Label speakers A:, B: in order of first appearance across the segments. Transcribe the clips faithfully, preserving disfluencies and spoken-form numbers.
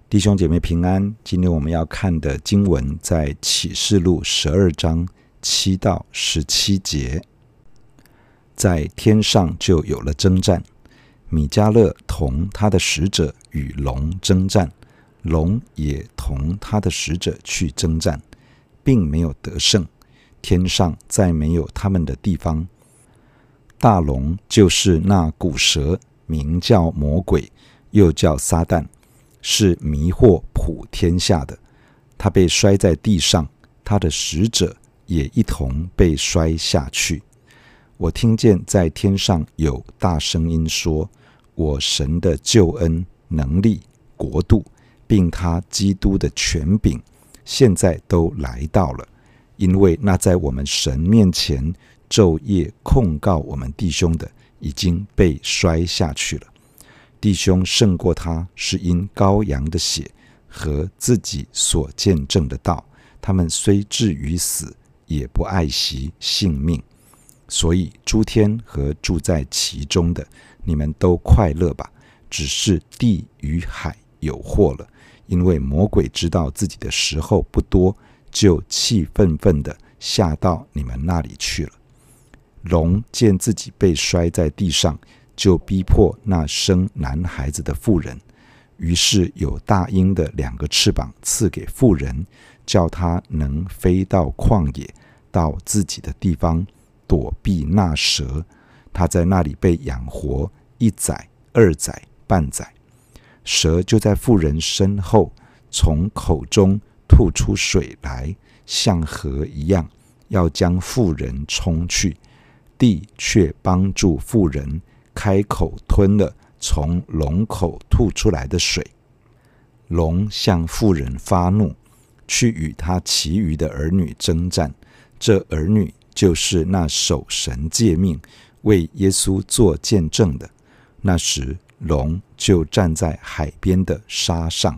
A: 弟兄姐妹平安，今天我们要看的经文在启示录十二章七到十七节。在天上就有了征战，米迦勒同他的使者与龙征战，龙也同他的使者去征战，并没有得胜。天上再没有他们的地方。大龙就是那古蛇，名叫魔鬼，又叫撒旦，是迷惑普天下的。他被摔在地上，他的使者也一同被摔下去。我听见在天上有大声音说，我神的救恩、能力、国度，并他基督的权柄，现在都来到了。因为那在我们神面前昼夜控告我们弟兄的，已经被摔下去了。弟兄胜过他，是因羔羊的血和自己所见证的道。他们虽至于死，也不爱惜性命。所以诸天和住在其中的，你们都快乐吧。只是地与海有祸了，因为魔鬼知道自己的时候不多，就气愤愤地下到你们那里去了。龙见自己被摔在地上，就逼迫那生男孩子的妇人，于是有大鹰的两个翅膀赐给妇人，叫他能飞到旷野，到自己的地方，躲避那蛇。他在那里被养活一载、二载、半载。蛇就在妇人身后，从口中吐出水来，像河一样，要将妇人冲去。地却帮助妇人开口吞了从龙口吐出来的水。龙向妇人发怒，去与他其余的儿女征战。这儿女就是那守神诫命、为耶稣做见证的。那时龙就站在海边的沙上。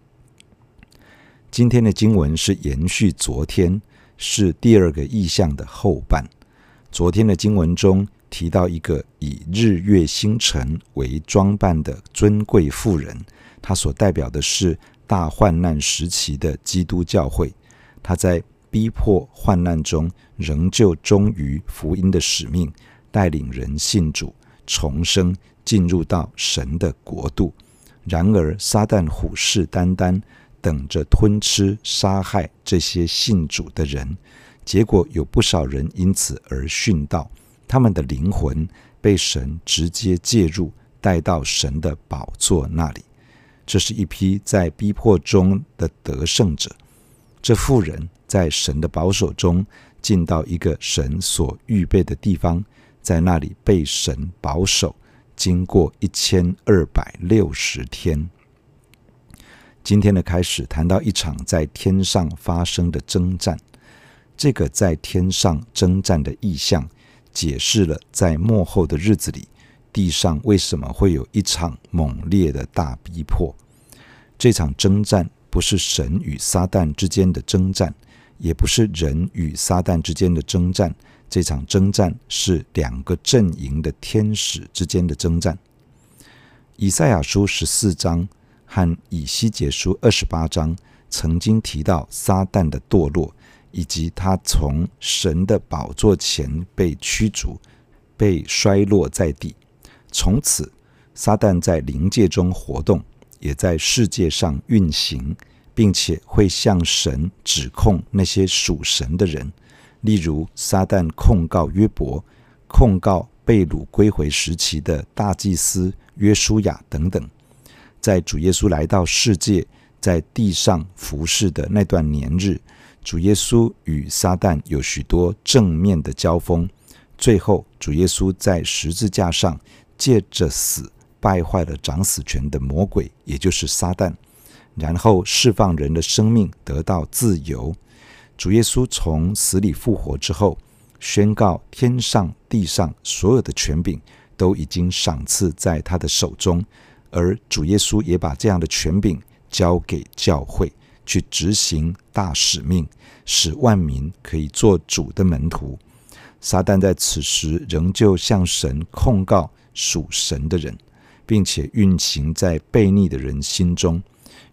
A: 今天的经文是延续昨天，是第二个意象的后半。昨天的经文中提到一个以日月星辰为装扮的尊贵妇人，她所代表的是大患难时期的基督教会。她在逼迫患难中，仍旧忠于福音的使命，带领人信主，重生，进入到神的国度。然而撒旦虎视眈眈，等着吞吃杀害这些信主的人，结果有不少人因此而殉道，他们的灵魂被神直接介入，带到神的宝座那里。这是一批在逼迫中的得胜者。这妇人在神的保守中进到一个神所预备的地方，在那里被神保守，经过一千二百六十天。今天的开始谈到一场在天上发生的征战。这个在天上征战的意象，解释了在末后的日子里，地上为什么会有一场猛烈的大逼迫。这场征战不是神与撒旦之间的征战，也不是人与撒旦之间的征战，这场征战是两个阵营的天使之间的征战。以赛亚书十四章和以西结书二十八章曾经提到撒旦的堕落，以及他从神的宝座前被驱逐，被摔落在地。从此撒旦在灵界中活动，也在世界上运行，并且会向神指控那些属神的人。例如撒旦控告约伯，控告被掳归回时期的大祭司约书亚等等。在主耶稣来到世界，在地上服侍的那段年日，主耶稣与撒旦有许多正面的交锋，最后主耶稣在十字架上借着死败坏了掌死权的魔鬼，也就是撒旦，然后释放人的生命，得到自由。主耶稣从死里复活之后，宣告天上地上所有的权柄都已经赏赐在他的手中，而主耶稣也把这样的权柄交给教会，去执行大使命，使万民可以做主的门徒。撒旦在此时仍旧向神控告属神的人，并且运行在悖逆的人心中，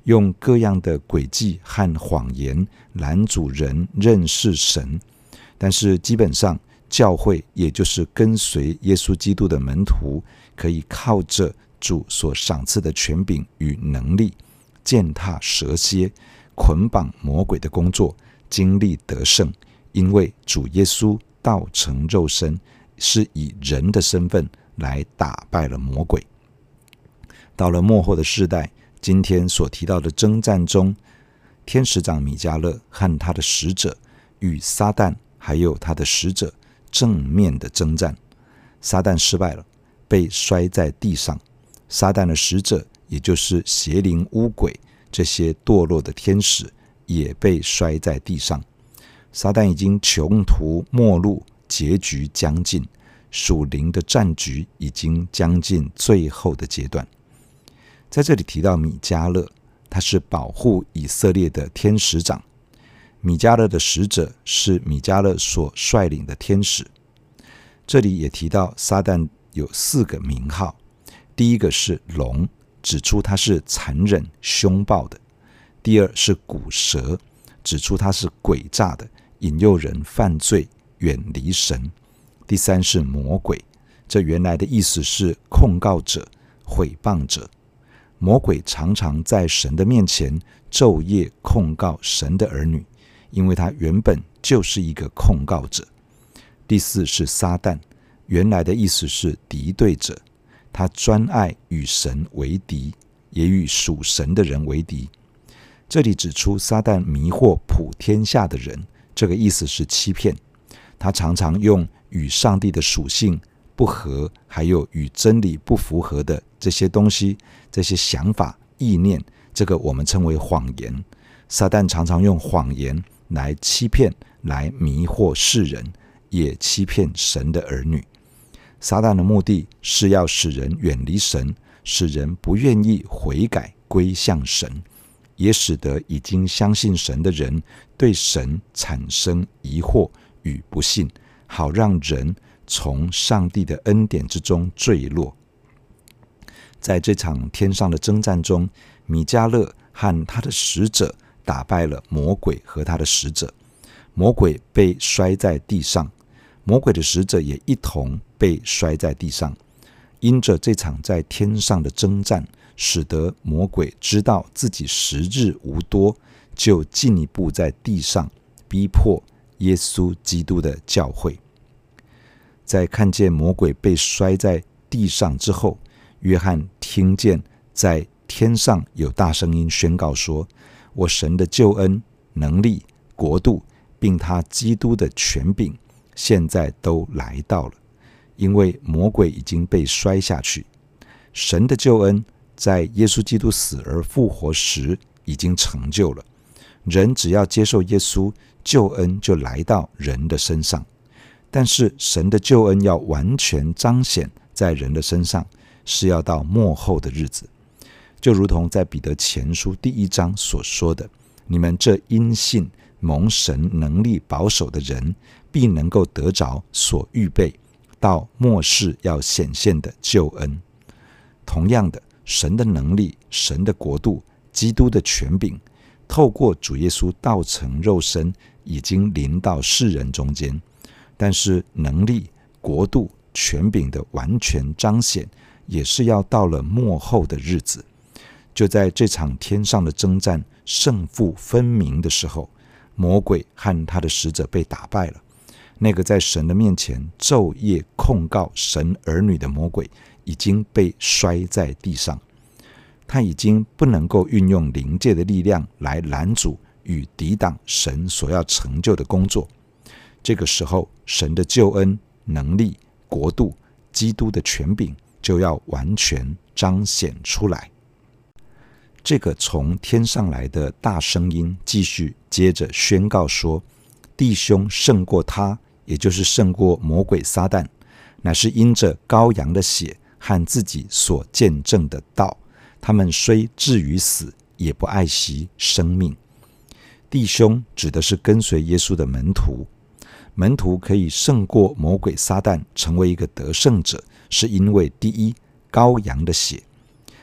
A: 用各样的诡计和谎言拦阻人认识神。但是基本上，教会也就是跟随耶稣基督的门徒，可以靠着主所赏赐的权柄与能力，践踏蛇蝎，捆绑魔鬼的工作，经历得胜。因为主耶稣道成肉身，是以人的身份来打败了魔鬼。到了末后的世代，今天所提到的征战中，天使长米迦勒和他的使者与撒旦还有他的使者正面的征战。撒旦失败了，被摔在地上。撒旦的使者，也就是邪灵污鬼，这些堕落的天使也被摔在地上。撒旦已经穷途末路，结局将近，属灵的战局已经将近最后的阶段。在这里提到米迦勒，他是保护以色列的天使长。米迦勒的使者是米迦勒所率领的天使。这里也提到撒旦有四个名号，第一个是龙，指出他是残忍凶暴的；第二是古蛇，指出他是诡诈的，引诱人犯罪，远离神；第三是魔鬼，这原来的意思是控告者、毁谤者。魔鬼常常在神的面前昼夜控告神的儿女，因为他原本就是一个控告者。第四是撒旦，原来的意思是敌对者，他专爱与神为敌，也与属神的人为敌。这里指出撒旦迷惑普天下的人，这个意思是欺骗。他常常用与上帝的属性不合，还有与真理不符合的这些东西，这些想法、意念，这个我们称为谎言。撒旦常常用谎言来欺骗，来迷惑世人，也欺骗神的儿女。撒旦的目的是要使人远离神，使人不愿意悔改归向神，也使得已经相信神的人对神产生疑惑与不信，好让人从上帝的恩典之中坠落。在这场天上的征战中，米迦勒和他的使者打败了魔鬼和他的使者，魔鬼被摔在地上，魔鬼的使者也一同被摔在地上。因着这场在天上的征战，使得魔鬼知道自己时日无多，就进一步在地上逼迫耶稣基督的教会。在看见魔鬼被摔在地上之后，约翰听见在天上有大声音宣告说，我神的救恩、能力、国度，并他基督的权柄，现在都来到了，因为魔鬼已经被摔下去。神的救恩在耶稣基督死而复活时已经成就了，人只要接受耶稣，救恩就来到人的身上。但是神的救恩要完全彰显在人的身上，是要到末后的日子。就如同在彼得前书第一章所说的，你们这因信蒙神能力保守的人，必能够得着所预备到末世要显现的救恩。同样的，神的能力、神的国度、基督的权柄，透过主耶稣道成肉身，已经临到世人中间。但是能力、国度、权柄的完全彰显，也是要到了末后的日子。就在这场天上的征战胜负分明的时候，魔鬼和他的使者被打败了。那个在神的面前昼夜控告神儿女的魔鬼，已经被摔在地上。他已经不能够运用灵界的力量来拦阻与抵挡神所要成就的工作。这个时候，神的救恩、能力、国度、基督的权柄就要完全彰显出来。这个从天上来的大声音继续接着宣告说，弟兄胜过他，也就是胜过魔鬼撒旦，乃是因着羔羊的血和自己所见证的道，他们虽至于死，也不爱惜生命。弟兄指的是跟随耶稣的门徒，门徒可以胜过魔鬼撒旦，成为一个得胜者，是因为第一，羔羊的血。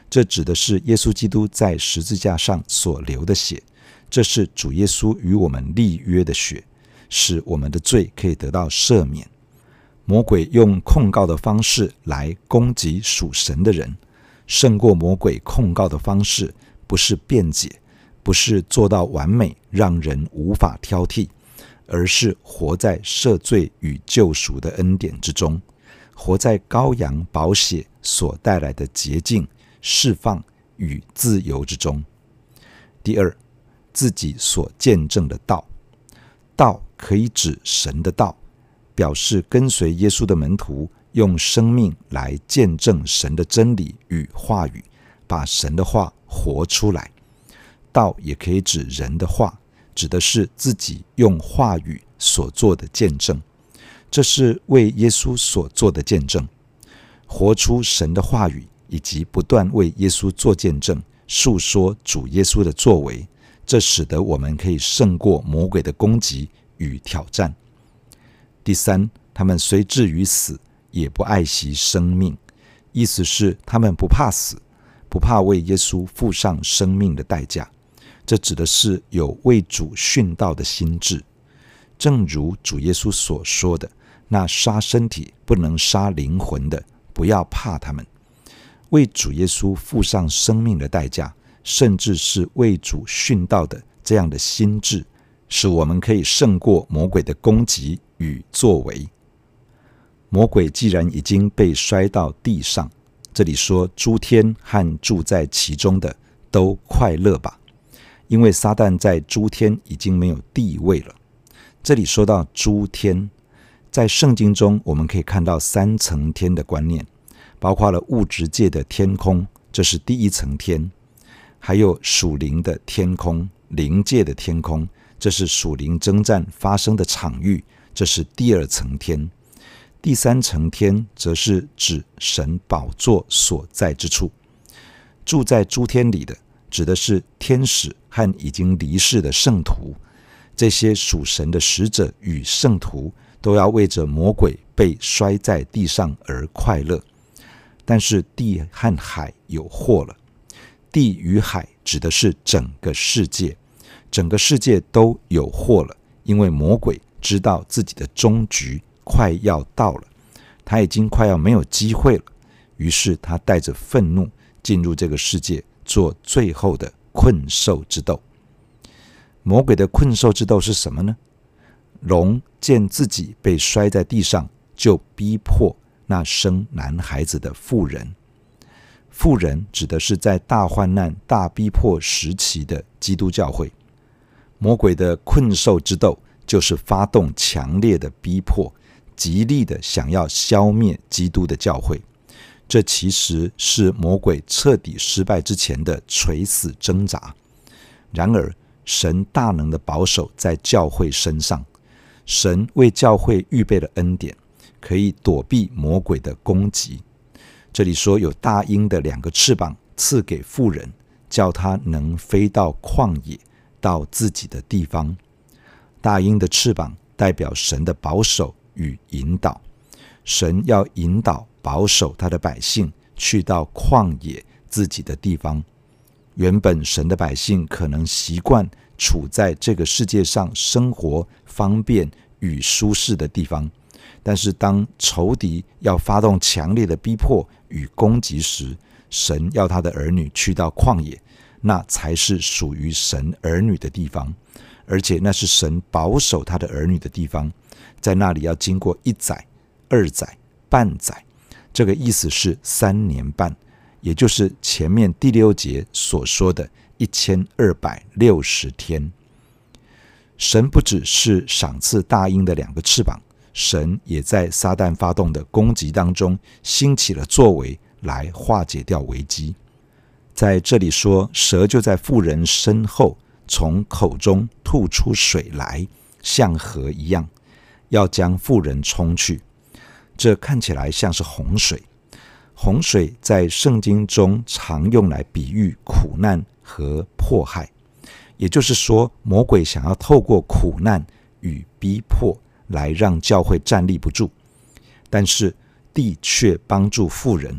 A: 这指的是耶稣基督在十字架上所流的血，这是主耶稣与我们立约的血，使我们的罪可以得到赦免。魔鬼用控告的方式来攻击属神的人，胜过魔鬼控告的方式不是辩解，不是做到完美让人无法挑剔，而是活在赦罪与救赎的恩典之中，活在羔羊宝血所带来的洁净、释放与自由之中。第二，自己所见证的道。道可以指神的道，表示跟随耶稣的门徒用生命来见证神的真理与话语，把神的话活出来。道也可以指人的话，指的是自己用话语所做的见证，这是为耶稣所做的见证，活出神的话语，以及不断为耶稣做见证，述说主耶稣的作为，这使得我们可以胜过魔鬼的攻击与挑战。第三，他们虽至于死，也不爱惜生命，意思是他们不怕死，不怕为耶稣付上生命的代价。这指的是有为主殉道的心志，正如主耶稣所说的，那杀身体不能杀灵魂的，不要怕他们。为主耶稣付上生命的代价，甚至是为主殉道的这样的心志，使我们可以胜过魔鬼的攻击与作为。魔鬼既然已经被摔到地上，这里说诸天和住在其中的都快乐吧，因为撒旦在诸天已经没有地位了。这里说到诸天，在圣经中我们可以看到三层天的观念，包括了物质界的天空，这是第一层天，还有属灵的天空，灵界的天空，这是属灵征战发生的场域，这是第二层天。第三层天则是指神宝座所在之处。住在诸天里的指的是天使和已经离世的圣徒，这些属神的使者与圣徒都要为着魔鬼被摔在地上而快乐。但是地和海有祸了。地与海指的是整个世界，整个世界都有祸了，因为魔鬼知道自己的终局快要到了，他已经快要没有机会了，于是他带着愤怒进入这个世界，做最后的困兽之斗。魔鬼的困兽之斗是什么呢？龙见自己被摔在地上，就逼迫那生男孩子的妇人。妇人指的是在大患难、大逼迫时期的基督教会。魔鬼的困兽之斗就是发动强烈的逼迫，极力的想要消灭基督的教会。这其实是魔鬼彻底失败之前的垂死挣扎。然而神大能的保守在教会身上，神为教会预备了恩典，可以躲避魔鬼的攻击。这里说有大鹰的两个翅膀赐给妇人，叫她能飞到旷野，到自己的地方。大鹰的翅膀代表神的保守与引导，神要引导保守他的百姓去到旷野自己的地方。原本神的百姓可能习惯处在这个世界上生活方便与舒适的地方，但是当仇敌要发动强烈的逼迫与攻击时，神要他的儿女去到旷野，那才是属于神儿女的地方，而且那是神保守他的儿女的地方。在那里要经过一载、二载、半载，这个意思是三年半，也就是前面第六节所说的一千二百六十天。神不只是赏赐大鹰的两个翅膀，神也在撒旦发动的攻击当中兴起了作为，来化解掉危机。在这里说，蛇就在妇人身后，从口中吐出水来，像河一样，要将妇人冲去。这看起来像是洪水。洪水在圣经中常用来比喻苦难和迫害，也就是说，魔鬼想要透过苦难与逼迫来让教会站立不住，但是地却帮助妇人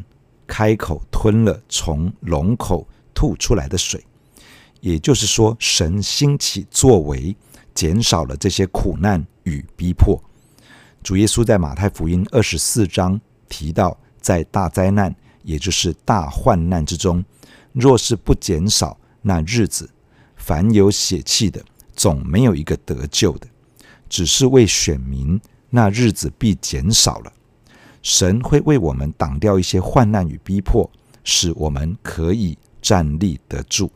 A: 开口吞了从龙口吐出来的水。也就是说，神兴起作为，减少了这些苦难与逼迫。主耶稣在马太福音二十四章提到，在大灾难，也就是大患难之中，若是不减少那日子，凡有血气的，总没有一个得救的。只是为选民，那日子必减少了。神会为我们挡掉一些患难与逼迫，使我们可以站立得住。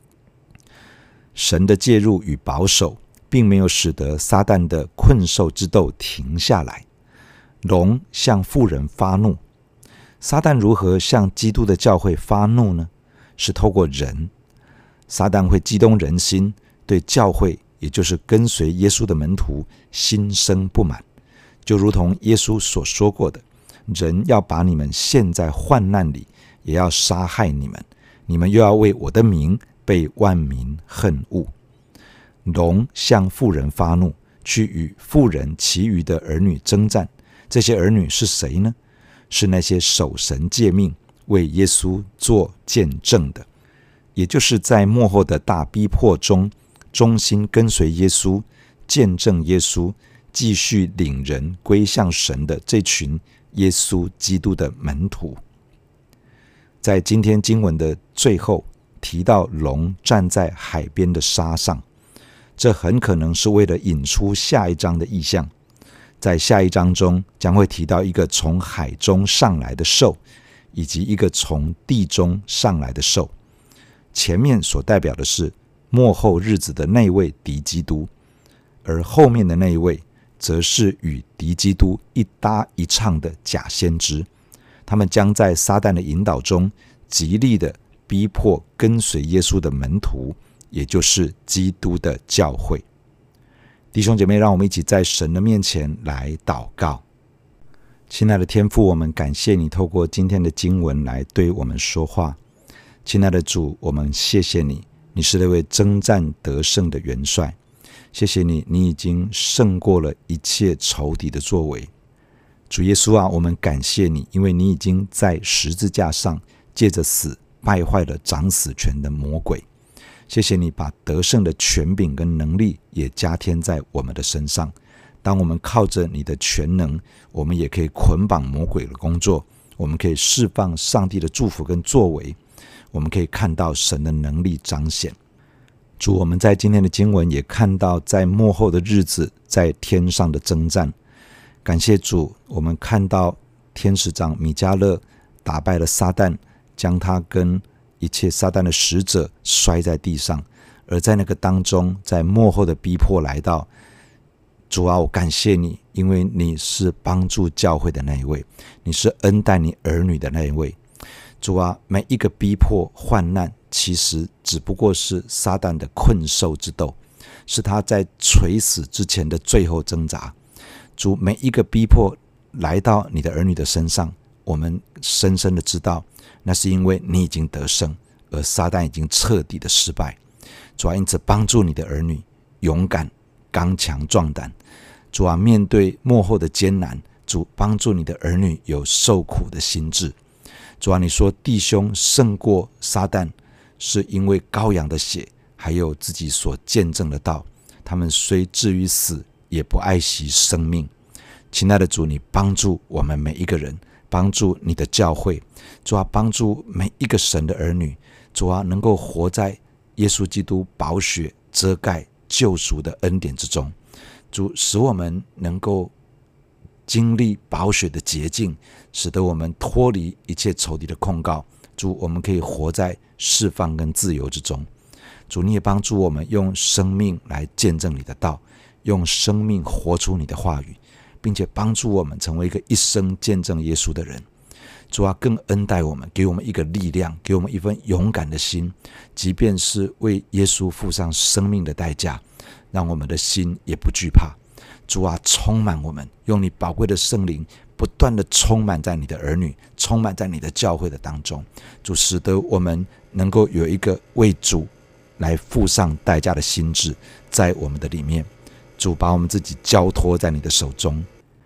A: 神的介入与保守，并没有使得撒旦的困兽之斗停下来。龙向妇人发怒，撒旦如何向基督的教会发怒呢？是透过人。撒旦会激动人心，对教会，也就是跟随耶稣的门徒心生不满，就如同耶稣所说过的，人要把你们陷在患难里，也要杀害你们，你们又要为我的名被万民恨恶。龙向妇人发怒，去与妇人其余的儿女征战。这些儿女是谁呢？是那些守神诫命，为耶稣做见证的，也就是在末后的大逼迫中，忠心跟随耶稣，见证耶稣，继续领人归向神的这群耶稣基督的门徒。在今天经文的最后提到龙站在海边的沙上，这很可能是为了引出下一章的意象。在下一章中将会提到一个从海中上来的兽，以及一个从地中上来的兽。前面所代表的是末后日子的那位敌基督，而后面的那一位则是与敌基督一搭一唱的假先知。他们将在撒旦的引导中极力的逼迫跟随耶稣的门徒，也就是基督的教会。弟兄姐妹，让我们一起在神的面前来祷告。亲爱的天父，我们感谢你透过今天的经文来对我们说话。亲爱的主，我们谢谢你，你是那位征战得胜的元帅。谢谢你，你已经胜过了一切仇敌的作为。主耶稣啊，我们感谢你，因为你已经在十字架上借着死败坏了掌死权的魔鬼。谢谢你把得胜的权柄跟能力也加添在我们的身上。当我们靠着你的全能，我们也可以捆绑魔鬼的工作，我们可以释放上帝的祝福跟作为，我们可以看到神的能力彰显。主，我们在今天的经文也看到在末后的日子在天上的征战。感谢主，我们看到天使长米迦勒打败了撒旦，将他跟一切撒旦的使者摔在地上。而在那个当中，在末后的逼迫来到，主啊，我感谢你，因为你是帮助教会的那一位，你是恩待你儿女的那一位。主啊，每一个逼迫患难其实只不过是撒旦的困兽之斗，是他在垂死之前的最后挣扎。主，每一个逼迫来到你的儿女的身上，我们深深的知道，那是因为你已经得胜，而撒旦已经彻底的失败。主啊，因此帮助你的儿女勇敢、刚强、壮胆。主啊，面对末后的艰难，主帮助你的儿女有受苦的心志。主啊，你说弟兄胜过撒旦，是因为羔羊的血，还有自己所见证的道。他们虽至于死，也不爱惜生命。亲爱的主，你帮助我们每一个人，帮助你的教会。主啊，帮助每一个神的儿女。主啊，能够活在耶稣基督宝血遮盖救赎的恩典之中。主，使我们能够经历宝血的洁净，使得我们脱离一切仇敌的控告。主，我们可以活在释放跟自由之中。主，你也帮助我们用生命来见证你的道，用生命活出你的话语，并且帮助我们成为一个一生见证耶稣的人。主啊，更恩待我们，给我们一个力量，给我们一份勇敢的心，即便是为耶稣付上生命的代价，让我们的心也不惧怕。主啊，充满我们，用你宝贵的圣灵不断的充满在你的儿女，充满在你的教会的当中。主，使得我们能够有一个为主来付上代价的心志在我们的里面。主，把我们自己交托在你的手中。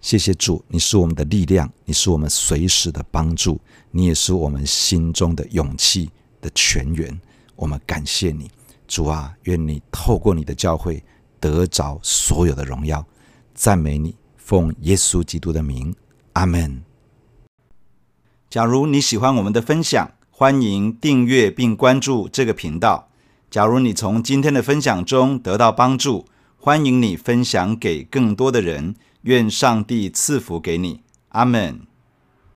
A: 谢谢主，你是我们的力量，你是我们随时的帮助，你也是我们心中的勇气的泉源。我们感谢你，主啊，愿你透过你的教会得着所有的荣耀。赞美你，奉耶稣基督的名，阿们。假如你喜欢我们的分享，欢迎订阅并关注这个频道。假如你从今天的分享中得到帮助，欢迎你分享给更多的人。愿上帝赐福给你，阿们。